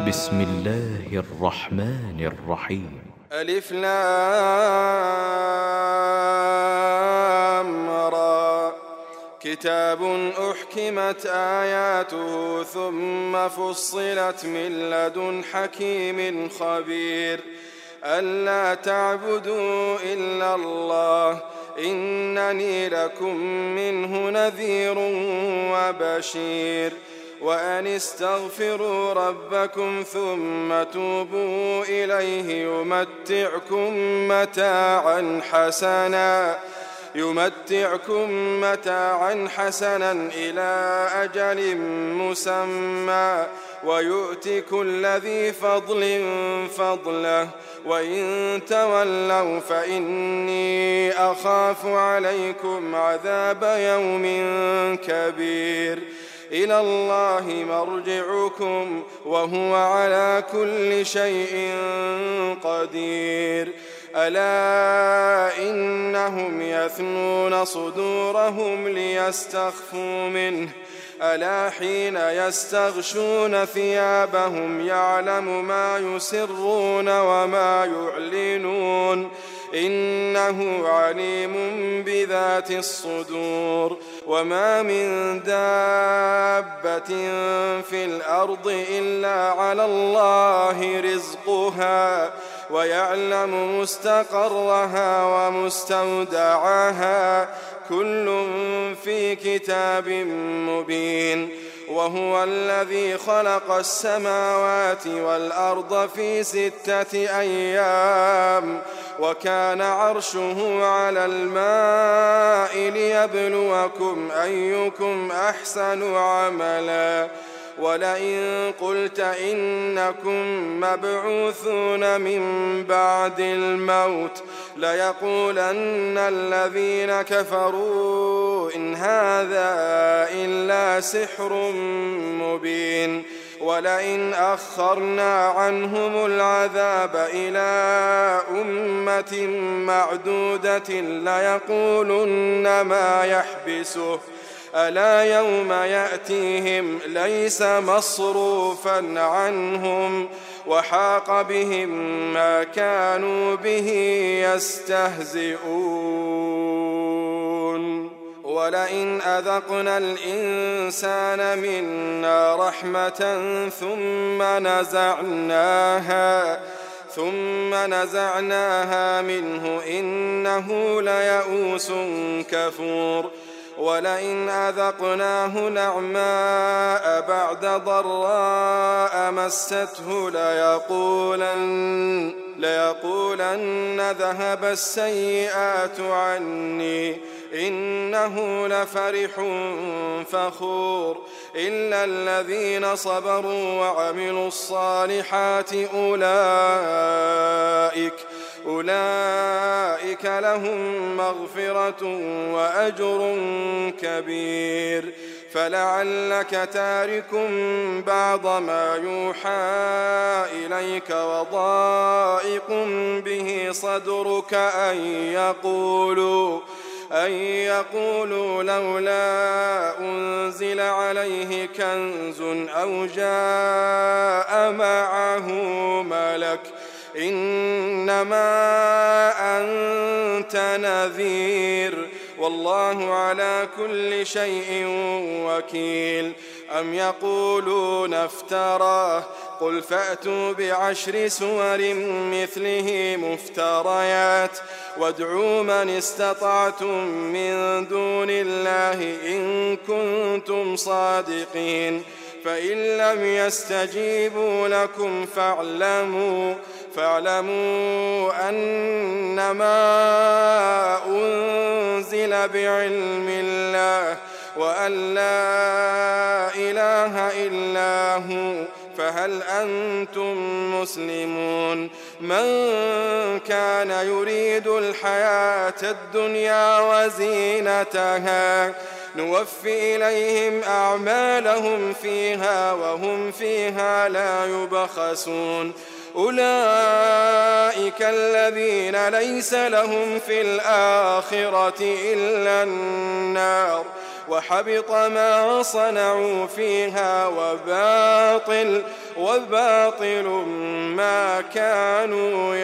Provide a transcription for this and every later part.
بسم الله الرحمن الرحيم. ألف لام را. كتاب أحكمت آياته ثم فصلت من لدن حكيم خبير ألا تعبدوا إلا الله إنني لكم منه نذير وبشير وأن استغفروا ربكم ثم توبوا إليه يمتعكم متاعا حسنا إلى أجل مسمى ويؤت كل ذي فضل فضله وإن تولوا فإني أخاف عليكم عذاب يوم كبير إلى الله مرجعكم وهو على كل شيء قدير ألا إنهم يثنون صدورهم ليستخفوا منه ألا حين يستغشون ثيابهم يعلم ما يسرون وما يعلنون إنه عليم بذات الصدور وما من دابة في الأرض إلا على الله رزقها ويعلم مستقرها ومستودعها كل في كتاب مبين وهو الذي خلق السماوات والأرض في 6 أيام وكان عرشه على الماء ليبلوكم أيكم أحسن عملا ولئن قلت إنكم مبعوثون من بعد الموت ليقولن الذين كفروا إن هذا إلا سحر مبين ولئن أخرنا عنهم العذاب إلى أمة معدودة ليقولن ما يحبسه ألا يوم يأتيهم ليس مصروفا عنهم وحاق بهم ما كانوا به يستهزئون ولئن أذقنا الإنسان منا رحمة ثم نزعناها منه إنه ليئوس كفور ولئن أذقناه نعماء بعد ضراء مسته ليقولن ذهب السيئات عني إنه لفرح فخور إلا الذين صبروا وعملوا الصالحات أولئك لهم مغفرة وأجر كبير فلعلك تارك بعض ما يوحى إليك وضائق به صدرك أن يقولوا لولا أنزل عليه كنز أو جاء معه ملك إنما أنت نذير والله على كل شيء وكيل أم يقولون افتراه قل فأتوا ب10 سور مثله مفتريات وادعوا من استطعتم من دون الله إن كنتم صادقين فإن لم يستجيبوا لكم فاعلموا أنما أنزل بعلم الله وأن لا إله إلا هو فهل أنتم مسلمون من كان يريد الحياة الدنيا وزينتها نوفي إليهم أعمالهم فيها وهم فيها لا يبخسون أولئك الذين ليس لهم في الآخرة إلا النار وحبط ما صنعوا فيها وباطل ما كانوا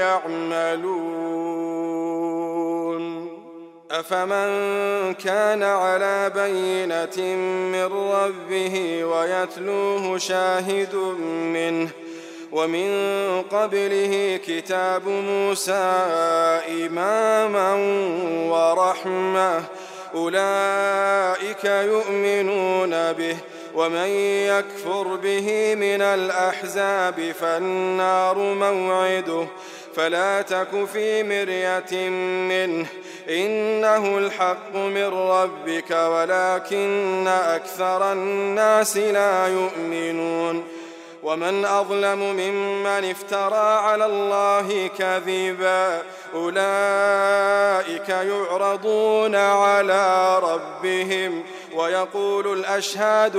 يعملون. أفمن كان على بينة من ربه ويتلوه شاهد منه ومن قبله كتاب موسى إماما ورحمة أولئك يؤمنون به ومن يكفر به من الأحزاب فالنار موعده فلا تك في مرية منه إنه الحق من ربك ولكن أكثر الناس لا يؤمنون. ومن أظلم ممن افترى على الله كذبا أولئك يعرضون على ربهم ويقول الأشهاد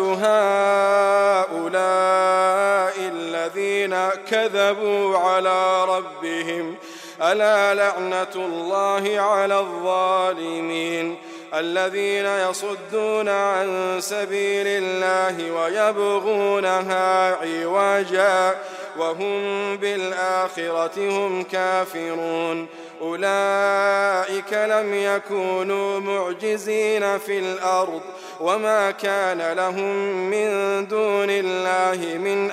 هؤلاء الذين كذبوا على ربهم ألا لعنة الله على الظالمين الذين يصدون عن سبيل الله ويبغونها عوجا وهم بالآخرة هم كافرون أولئك لم يكونوا معجزين في الأرض وما كان لهم من دون الله من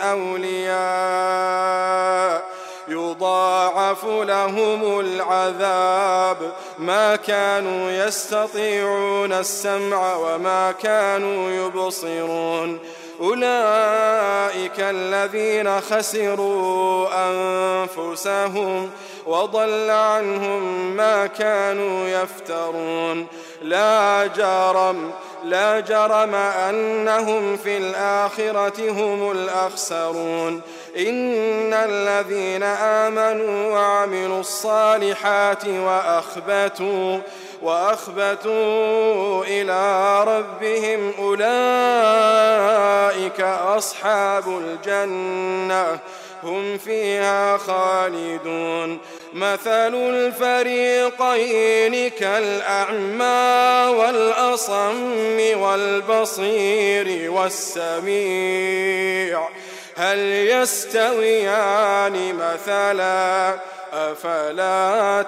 أولياء يضاعف لهم العذاب ما كانوا يستطيعون السمع وما كانوا يبصرون أولئك الذين خسروا أنفسهم وضل عنهم ما كانوا يفترون لا جرم أنهم في الآخرة هم الأخسرون إن الذين آمنوا وعملوا الصالحات وأخبتوا إلى ربهم أولئك أصحاب الجنة هم فيها خالدون مثل الفريقين كالأعمى والأصم والبصير والسميع هل يستويان مثلا أفلا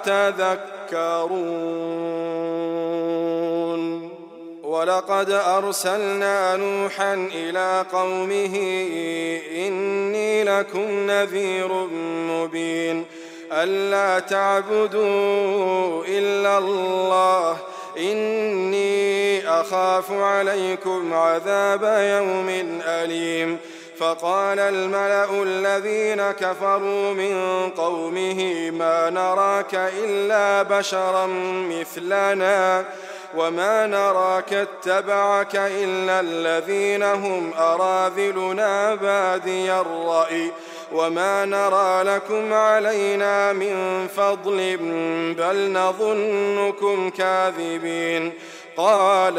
تذكرون. ولقد أرسلنا نوحا إلى قومه إني لكم نذير مبين ألا تعبدوا إلا الله إني أخاف عليكم عذاب يوم أليم. فقال الملأ الذين كفروا من قومه ما نراك إلا بشرا مثلنا وما نراك اتبعك إلا الذين هم أراذلنا بادي الرأي وما نرى لكم علينا من فضل بل نظنكم كاذبين. قال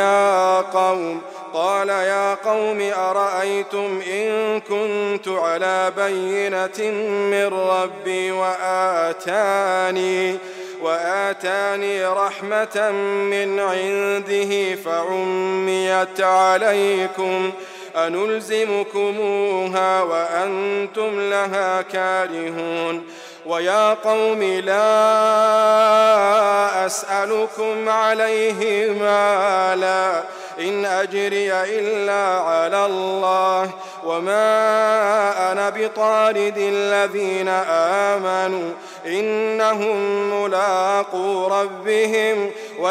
يا قوم أرأيتم إن كنت على بينة من ربي وآتاني رحمة من عنده فعميت عليكم أنلزمكموها وأنتم لها كارهون. ويا قوم لا أسألكم عليه مالا إن أجري إلا على الله وما أنا بطارد الذين آمنوا إنهم ملاقو ربهم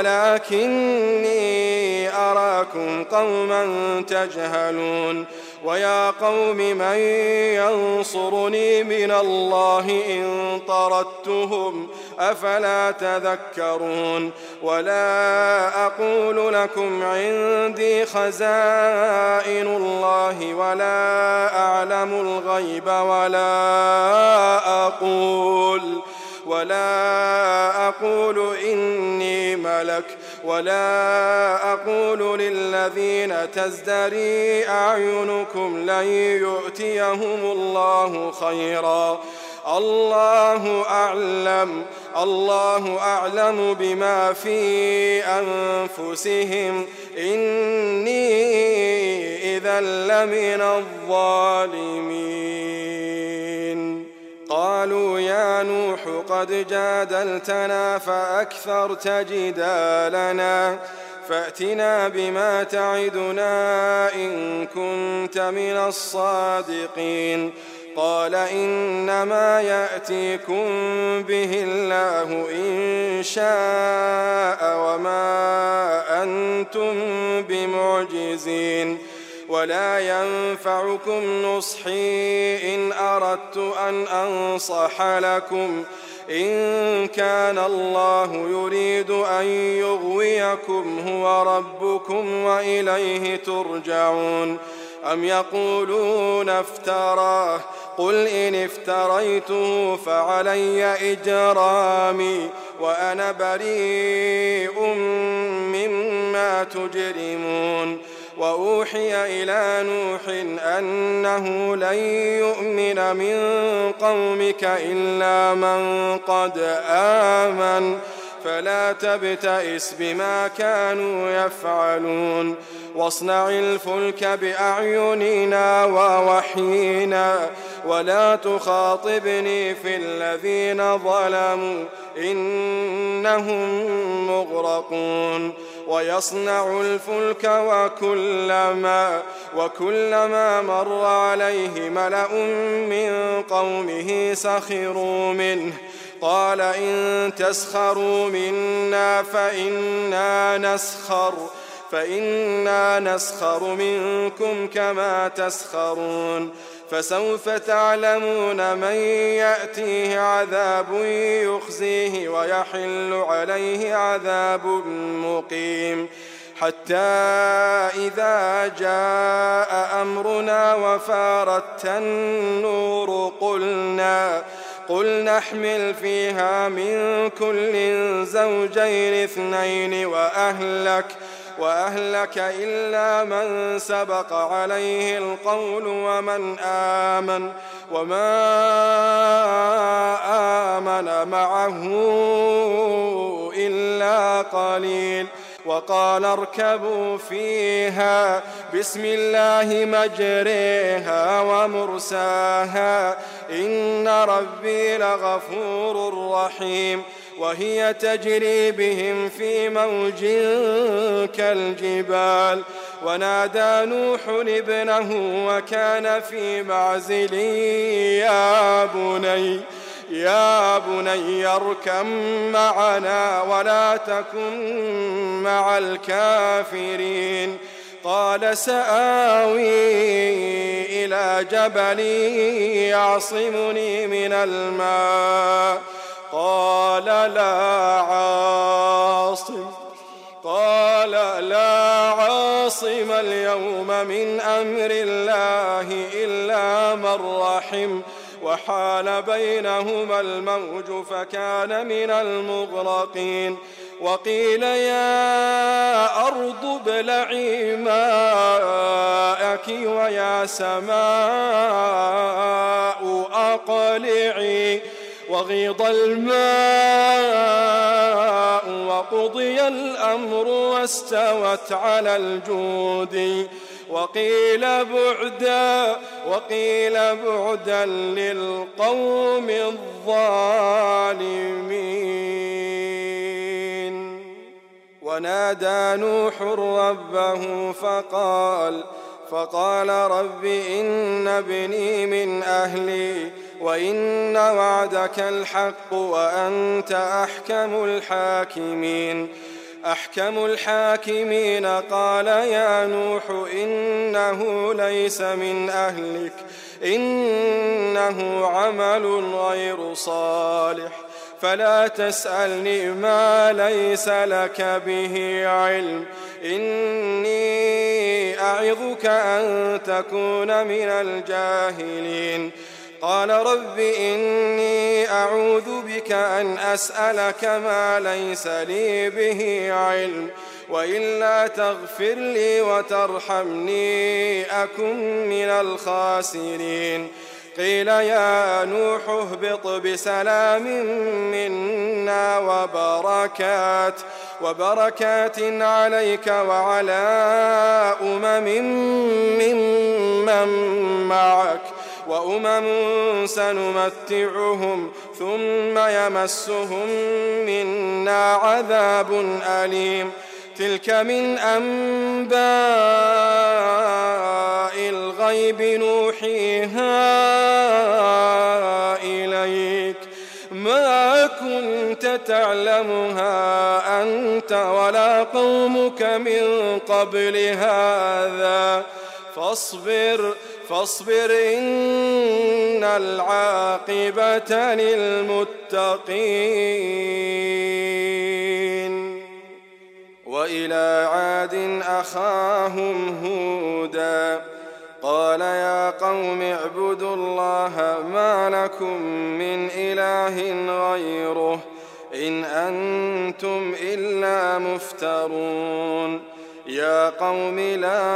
ولكني أراكم قوما تجهلون. ويا قوم من ينصرني من الله إن طردتهم أفلا تذكرون. ولا أقول لكم عندي خزائن الله ولا أعلم الغيب ولا أقول إني ملك ولا أقول للذين تزدري أعينكم لن يؤتيهم الله خيرا الله أعلم بما في أنفسهم إني إذا لمن الظالمين. قالوا يا نوح قد جادلتنا فأكثرت جدالنا فأتنا بما تعدنا إن كنت من الصادقين. قال إنما يأتيكم به الله إن شاء وما أنتم بمعجزين ولا ينفعكم نصحي إن أردت أن أنصح لكم إن كان الله يريد أن يغويكم هو ربكم وإليه ترجعون. أم يقولون افتراه قل إن افتريته فعلي إجرامي وأنا بريء مما تجرمون. وأوحي إلى نوح أنه لن يؤمن من قومك إلا من قد آمن فلا تبتئس بما كانوا يفعلون واصنع الفلك بأعيننا ووحينا ولا تخاطبني في الذين ظلموا إنهم مغرقون. ويصنع الفلك وكلما مر عليه ملأ من قومه سخروا منه قال إن تسخروا منا فإنا نسخر منكم كما تسخرون. فسوف تعلمون من يأتيه عذاب يخزيه ويحل عليه عذاب مقيم. حتى إذا جاء أمرنا وفارت النور قل نحمل فيها من كل زوجين اثنين وأهلك إلا من سبق عليه القول وما آمن معه إلا قليل. وقال اركبوا فيها بسم الله مجريها ومرساها إن ربي لغفور رحيم. وهي تجري بهم في موج كالجبال. ونادى نوح ابنه وكان في معزل يا بني اركب معنا ولا تكن مع الكافرين. قال سآوي إلى جبل يعصمني من الماء قال لا عاصم اليوم من أمر الله إلا من رحم وحال بينهما الموج فكان من المغرقين. وقيل يا أرض ابلعي ماءك ويا سماء أقلعي وغيض الماء وقضي الأمر واستوت على الجود وقيل بعدا للقوم الظالمين. ونادى نوح ربه فقال رب إن ابني من أهلي وإن وعدك الحق وأنت أحكم الحاكمين. قال يا نوح إنه ليس من أهلك إنه عمل غير صالح فلا تسألني ما ليس لك به علم إني أعظك أن تكون من الجاهلين. قال رب إني أعوذ بك أن أسألك ما ليس لي به علم وإلا تغفر لي وترحمني أكن من الخاسرين. قيل يا نوح اهبط بسلام منا وبركات عليك وعلى ممن معك وأمم سنمتعهم ثم يمسهم منا عذاب أليم تلك من أنباء الغيب نوحيها إليك ما كنت تعلمها أنت ولا قومك من قبل هذا فاصبر إن العاقبة للمتقين وإلى عاد أخاهم هودا قال يا قوم اعبدوا الله ما لكم من إله غيره إن أنتم إلا مفترون يا قوم لا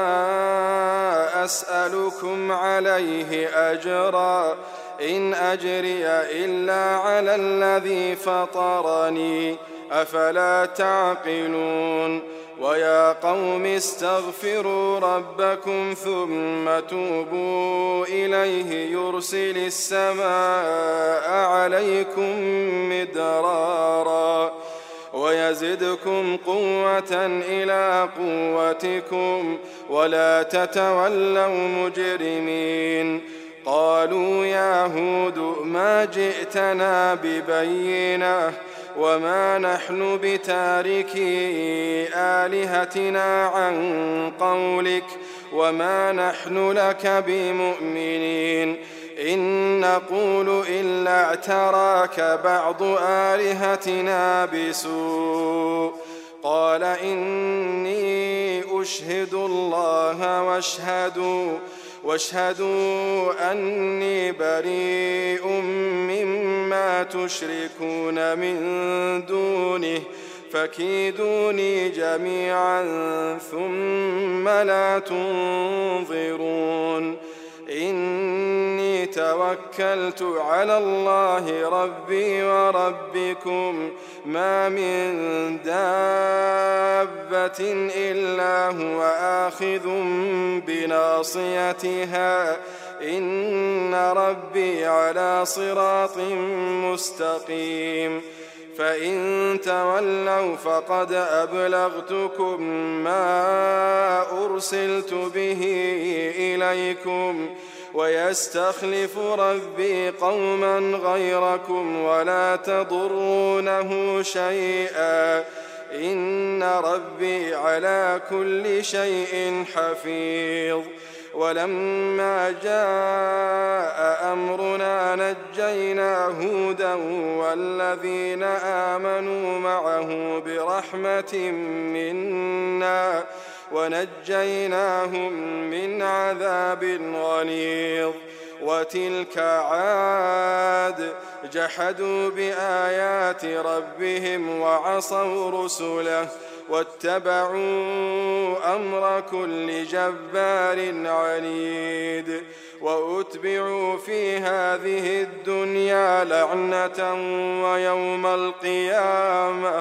أسألكم عليه أجرا إن أجري إلا على الذي فطرني أفلا تعقلون ويا قوم استغفروا ربكم ثم توبوا إليه يرسل السماء عليكم مدرارا ويزدكم قوة إلى قوتكم ولا تتولوا مجرمين قالوا يا هود ما جئتنا ببينة وما نحن بتاركي آلهتنا عن قولك وما نحن لك بمؤمنين إن نقول إلا اعتراك بعض آلهتنا بسوء قال إني أشهد الله واشهدوا أني بريء مما تشركون من دونه فكيدوني جميعا ثم لا تنظرون إني توكلت على الله ربي وربكم ما من دابة إلا هو آخذ بناصيتها إن ربي على صراط مستقيم فإن تولوا فقد أبلغتكم ما أرسلت به إليكم ويستخلف ربي قوما غيركم ولا تضرونه شيئا إن ربي على كل شيء حفيظ ولما جاء أمرنا نجينا هودا والذين آمنوا معه برحمة منا ونجيناهم من عذاب غليظ وتلك عاد جحدوا بآيات ربهم وعصوا رسله واتبعوا أمر كل جبار عنيد وأتبعوا في هذه الدنيا لعنة ويوم القيامة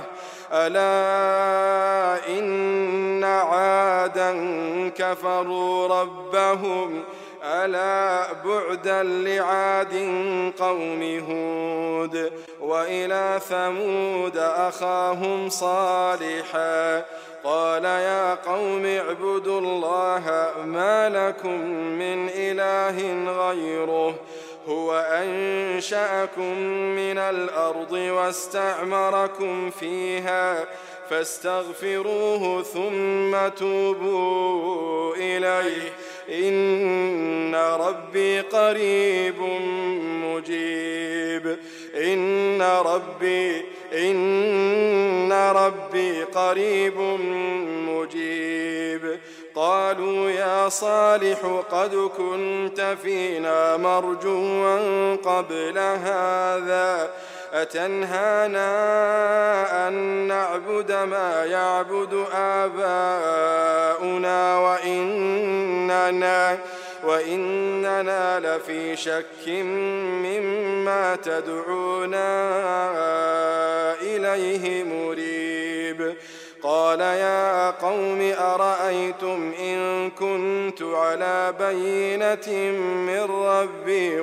ألا إن عادا كفروا ربهم ألا بعدا لعاد قوم هود وإلى ثمود أخاهم صالحا قال يا قوم اعبدوا الله ما لكم من إله غيره هو أنشأكم من الأرض واستعمركم فيها فاستغفروه ثم توبوا إليه إن ربي قريب مجيب إن ربي قريب مجيب قالوا يا صالح قد كنت فينا مرجوا قبل هذا أتنهانا أن نعبد ما يعبد آباؤنا وإننا لفي شك مما تدعونا إليه مريب. قال يا قوم أرأيتم إن كنت على بينة من ربي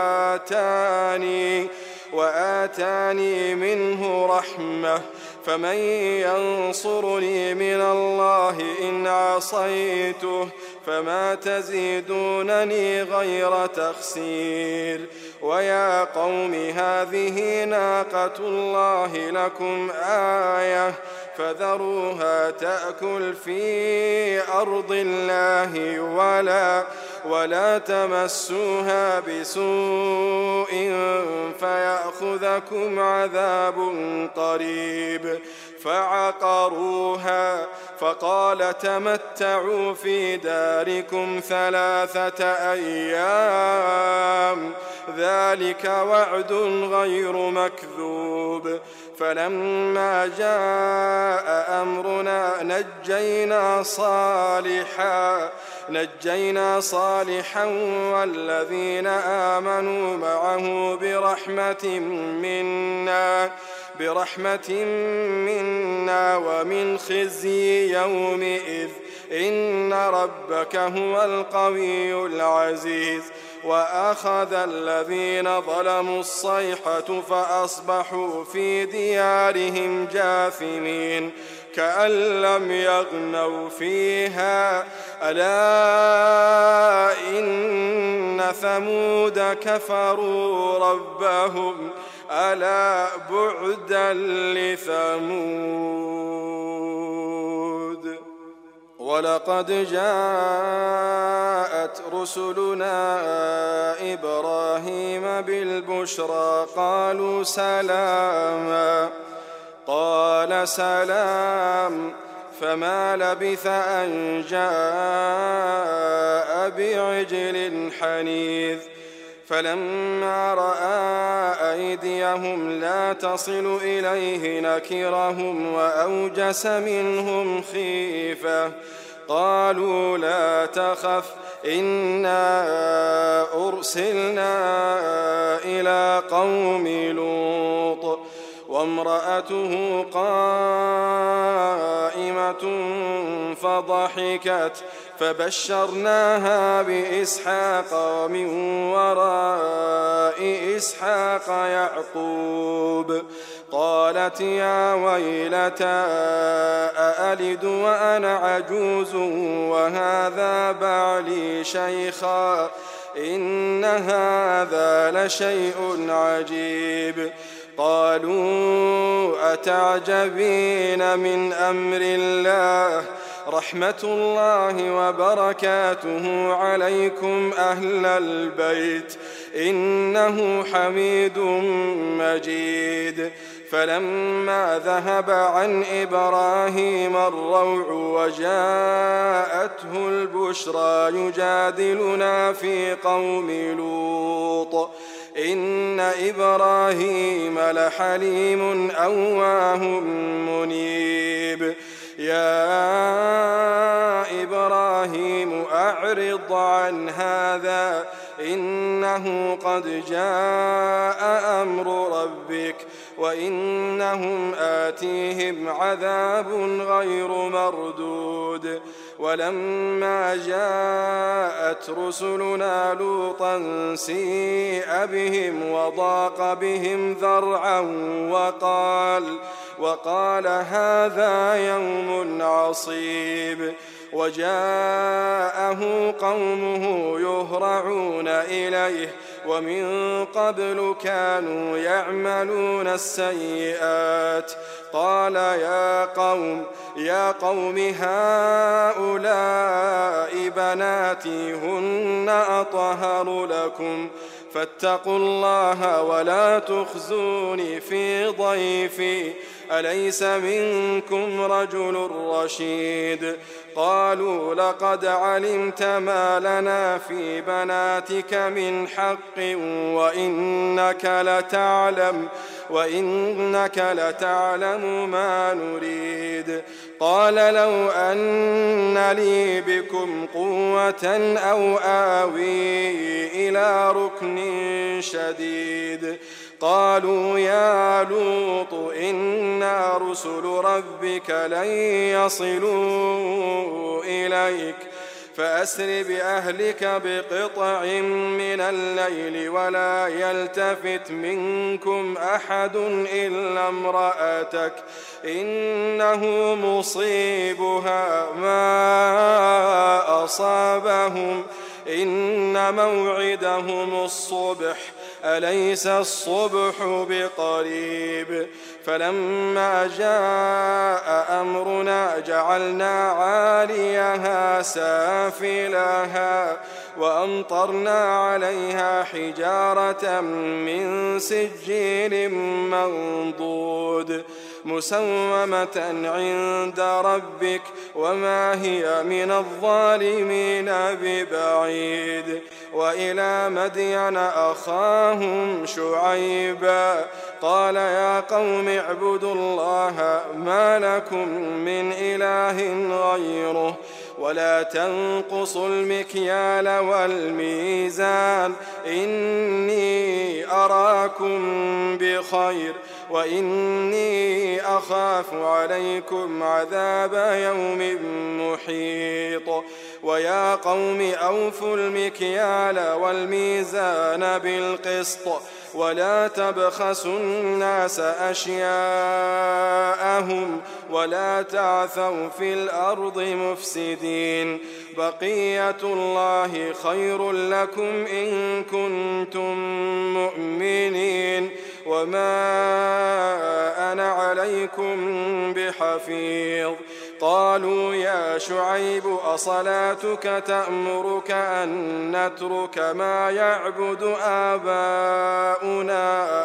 وآتاني منه رحمة فمن ينصرني من الله إن عصيته فما تزيدونني غير تخسير. ويا قوم هذه ناقة الله لكم آية فذروها تأكل في أرض الله ولا تمسوها بسوء فيأخذكم عذاب قريب. فعقروها فقال تمتعوا في داركم 3 أيام ذلك وعد غير مكذوب. فلما جاء أمرنا نجينا صالحا والذين آمنوا معه برحمة منا ومن خزي يومئذ إن ربك هو القوي العزيز. وأخذ الذين ظلموا الصيحة فأصبحوا في ديارهم جاثمين كأن لم يغنوا فيها ألا إن ثمود كفروا ربهم ألا بعدا لثمود. ولقد جاءت رسلنا إبراهيم بالبشرى قالوا سلاما قال سلام فما لبث أن جاء بعجل حنيذ. فلما رأى أيديهم لا تصل إليه نكرهم وأوجس منهم خيفة قالوا لا تخف إنا أرسلنا إلى قوم لوط وامرأته قائمة فضحكت فبشرناها بإسحاق ومن وراء إسحاق يعقوب. قالت يا ويلتى أألد وأنا عجوز وهذا بعلي شيخا إن هذا لشيء عجيب. قالوا أتعجبين من أمر الله رحمة الله وبركاته عليكم أهل البيت إنه حميد مجيد. فلما ذهب عن إبراهيم الروع وجاءته البشرى يجادلنا في قوم لوط إن إبراهيم لحليم أواه منيب. يا إبراهيم أعرض عن هذا إنه قد جاء أمر ربك وإنهم آتيهم عذاب غير مردود. ولما جاءت رسلنا لوطا سيء بهم وضاق بهم ذرعا وقال هذا يوم عصيب. وجاءه قومه يهرعون إليه ومن قبل كانوا يعملون السيئات. قال يا قوم هؤلاء بناتي هن أطهر لكم فاتقوا الله ولا تخزوني في ضيفي أليس منكم رجل رشيد. قالوا لقد علمت ما لنا في بناتك من حق وإنك لتعلم ما نريد. قال لو أن لي بكم قوة أو آوي إلى ركن شديد قالوا يا لوط إنا رسل ربك لن يصلوا إليك فأسر بأهلك بقطع من الليل ولا يلتفت منكم أحد إلا امرأتك إنه مصيبها ما أصابهم إن موعدهم الصبح أليس الصبح بقريب فلما جاء أمرنا جعلنا عاليها سافلها وأمطرنا عليها حجارة من سجيل منضود مسومة عند ربك وما هي من الظالمين ببعيد وإلى مدين أخاهم شعيبا قال يا قوم اعبدوا الله ما لكم من إله غيره ولا تنقصوا المكيال والميزان إني أراكم بخير وإني أخاف عليكم عذاب يوم محيط ويا قوم أوفوا المكيال والميزان بالقسط ولا تبخسوا الناس أشياءهم ولا تعثوا في الأرض مفسدين بقية الله خير لكم إن كنتم مؤمنين وما أنا عليكم بحفيظ قالوا يا شعيب أصلاتك تأمرك أن نترك ما يعبد آباؤنا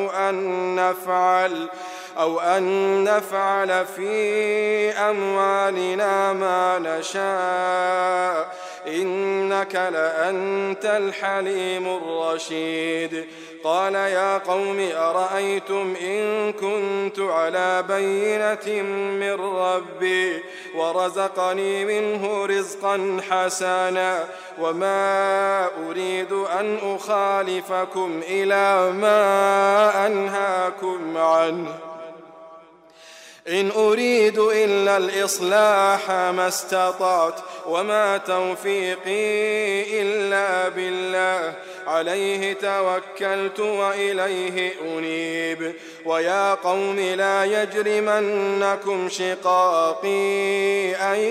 أو أن نفعل في أموالنا ما نشاء إنك لأنت الحليم الرشيد قال يا قوم أرأيتم إن كنت على بينة من ربي ورزقني منه رزقا حسنا وما أريد أن أخالفكم إلى ما أنهاكم عنه إن أريد إلا الإصلاح ما استطعت وما توفيقي إلا بالله عليه توكلت وإليه أنيب ويا قوم لا يجرمنكم شقاقي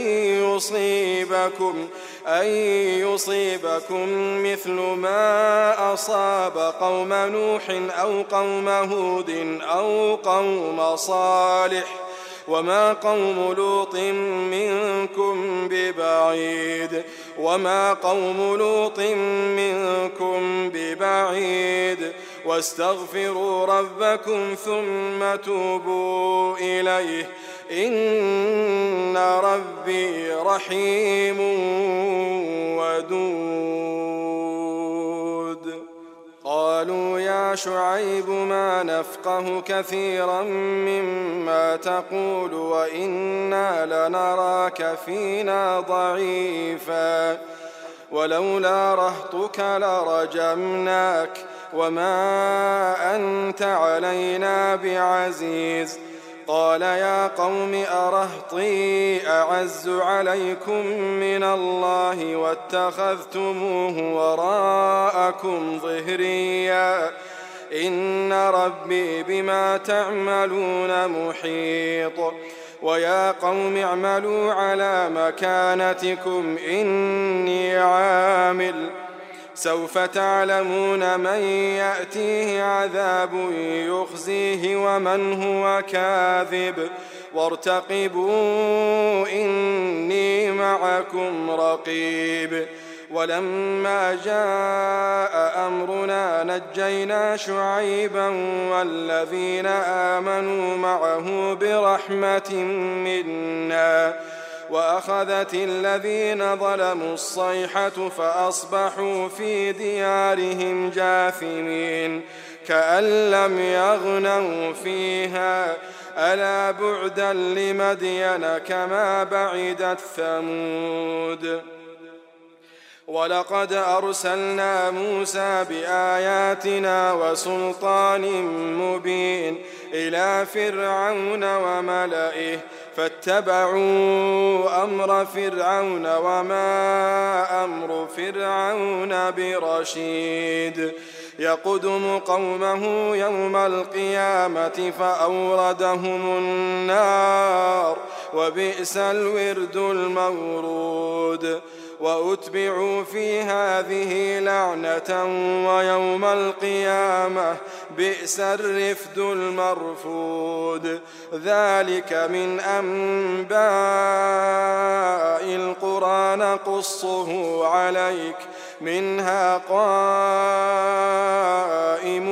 أن يصيبكم مثل ما أصاب قوم نوح أو قوم هود أو قوم صالح وما قوم لوط منكم ببعيد واستغفروا ربكم ثم توبوا إليه إن ربي رحيم ودود قالوا يا شعيب ما نفقه كثيرا مما تقول وإنا لنراك فينا ضعيفا ولولا رهطك لرجمناك وما أنت علينا بعزيز قال يا قوم أرهطي أعز عليكم من الله واتخذتموه وراءكم ظهريا إن ربي بما تعملون محيط ويا قوم اعملوا على مكانتكم إني عامل سوف تعلمون من يأتيه عذاب يخزيه ومن هو كاذب وارتقبوا إني معكم رقيب ولما جاء أمرنا نجينا شعيبا والذين آمنوا معه برحمة منا وأخذت الذين ظلموا الصيحة فأصبحوا في ديارهم جاثمين كأن لم يغنوا فيها ألا بعدا لمدين كما بعدت ثمود. ولقد أرسلنا موسى بآياتنا وسلطان مبين إلى فرعون وملئه فاتبعوا أمر فرعون وما أمر فرعون برشيد. يقدم قومه يوم القيامة فأوردهم النار وبئس الورد المورود. وأتبعوا في هذه لعنة ويوم القيامة بئس الرفد المرفود. ذلك من أنباء القرى نقصه عليك منها قائم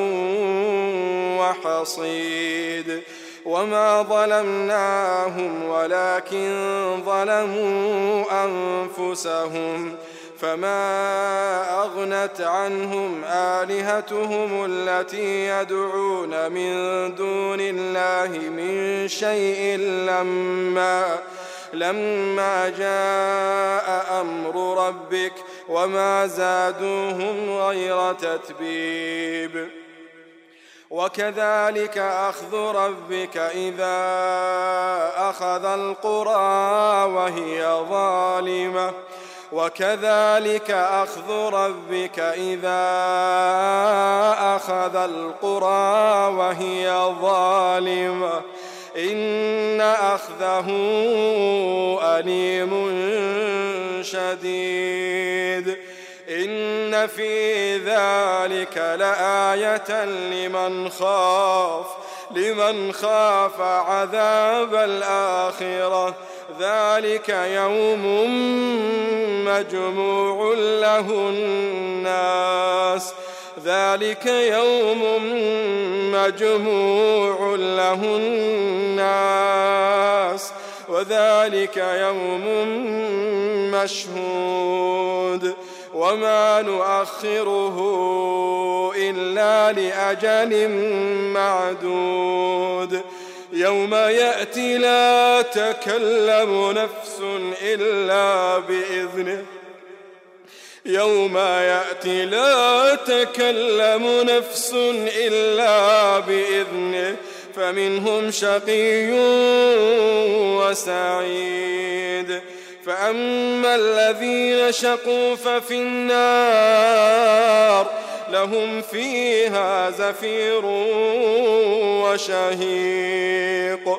وحصيد. وما ظلمناهم ولكن ظلموا أنفسهم فما أغنت عنهم آلهتهم التي يدعون من دون الله من شيء لما جاء أمر ربك وما زادوهم غير تتبيب. وكذلك أخذ ربك إذا أخذ القرى وهي ظالمة وكذلك أخذ ربك إذا أخذ القرى وهي ظالمة إن أخذه أليم شديد. إن في ذلك لآية لمن خاف عذاب الآخرة. ذلك يوم مجموع له الناس وذلك يوم مشهود. وما نؤخره إلا لأجل معدود. يوم يأتي لا تكلم نفس إلا بإذنه فمنهم شقي وسعيد. فأما الذين شقوا ففي النار لهم فيها زفير وشهيق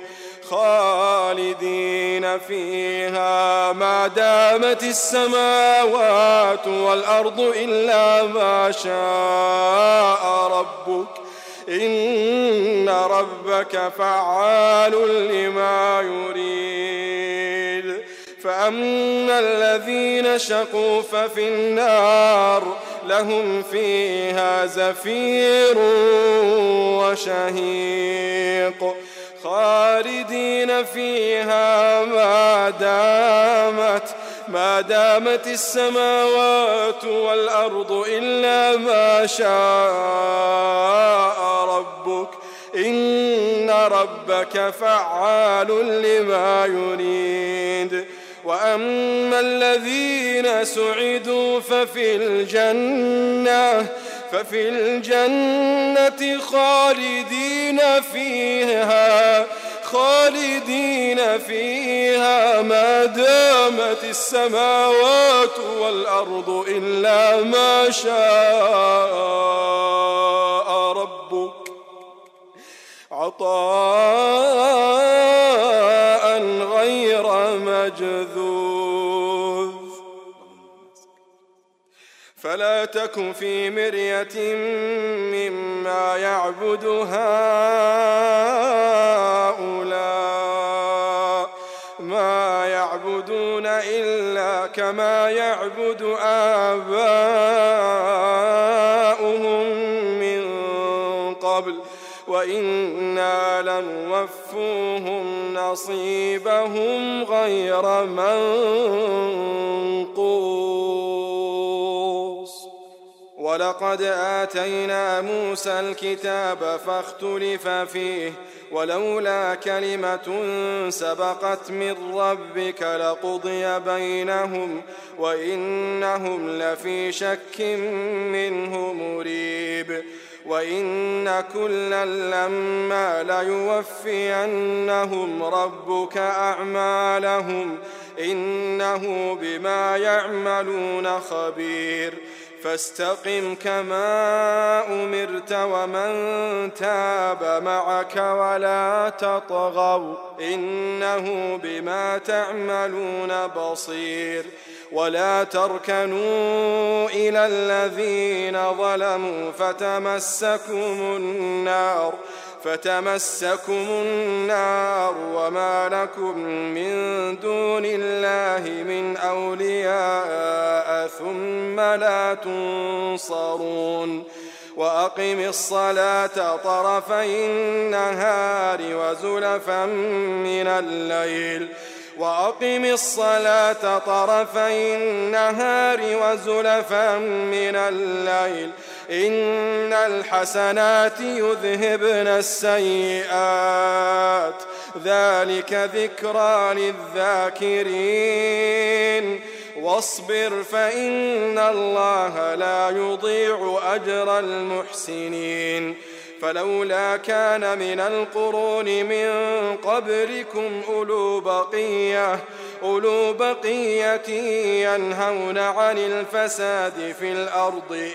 خالدين فيها ما دامت السماوات والأرض إلا ما شاء ربك إن ربك فعال لما يريد. فأما الذين شقوا ففي النار لهم فيها زفير وشهيق خالدين فيها ما دامت السماوات والأرض إلا ما شاء ربك إن ربك فعال لما يريد. وأما الذين سعدوا ففي الجنة خالدين فيها ما دامت السماوات والأرض إلا ما شاء ربك عطاء غير مجذوذ. فلا تك في مرية مما يعبد هؤلاء ما يعبدون إلا كما يعبد آباؤهم من قبل وإنا لنوفوهم نصيبهم غير منقوص. ولقد آتينا موسى الكتاب فاختلف فيه ولولا كلمة سبقت من ربك لقضي بينهم وإنهم لفي شك منه مريب وإن كلا لما ليوفينهم ربك أعمالهم إنه بما يعملون خبير فاستقم كما أمرت ومن تاب معك ولا تطغوا إنه بما تعملون بصير ولا تركنوا إلى الذين ظلموا فتمسكم النار وما لكم من دون الله من أولياء ثم لا تنصرون وأقم الصلاة طرفي النهار وزلفا من الليل إن الحسنات يذهبن السيئات ذلك ذكرى للذاكرين واصبر فإن الله لا يضيع أجر المحسنين فلولا كان من القرون من قبلكم أولو بقية ينهون عن الفساد في الأرض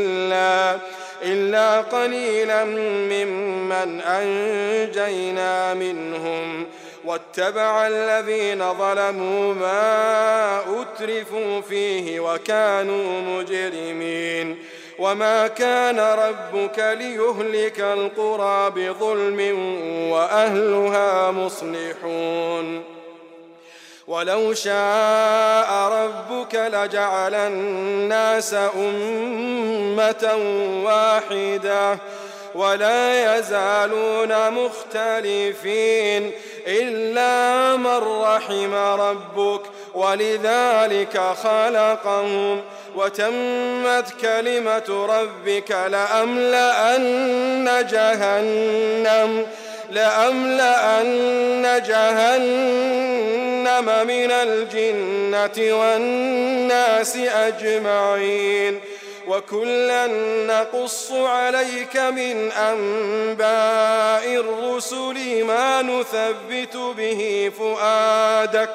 إلا قليلا ممن أنجينا منهم واتبع الذين ظلموا ما أترفوا فيه وكانوا مجرمين وما كان ربك ليهلك القرى بظلم وأهلها مصلحون ولو شاء ربك لجعل الناس أمة واحدة ولا يزالون مختلفين إلا من رحم ربك ولذلك خلقهم وتمت كلمة ربك لأملأن جهنم من الجنة والناس أجمعين وكلا نقص عليك من أنباء الرسل ما نثبت به فؤادك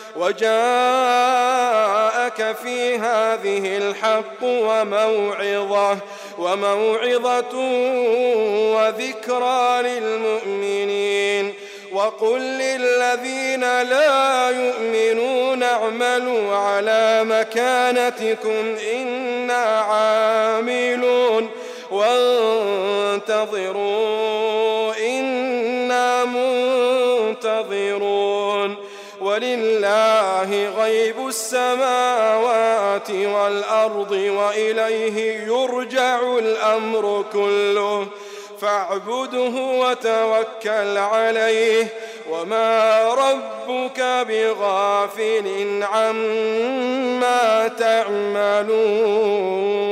وجاءك في هذه الحق وموعظة وذكرى للمؤمنين وقل للذين لا يؤمنون اعملوا على مكانتكم إنا عاملون وانتظروا إنا منتظرون ولله غيب السماوات والأرض وإليه يرجع الأمر كله فاعبده وتوكل عليه وما ربك بغافل عما تعملون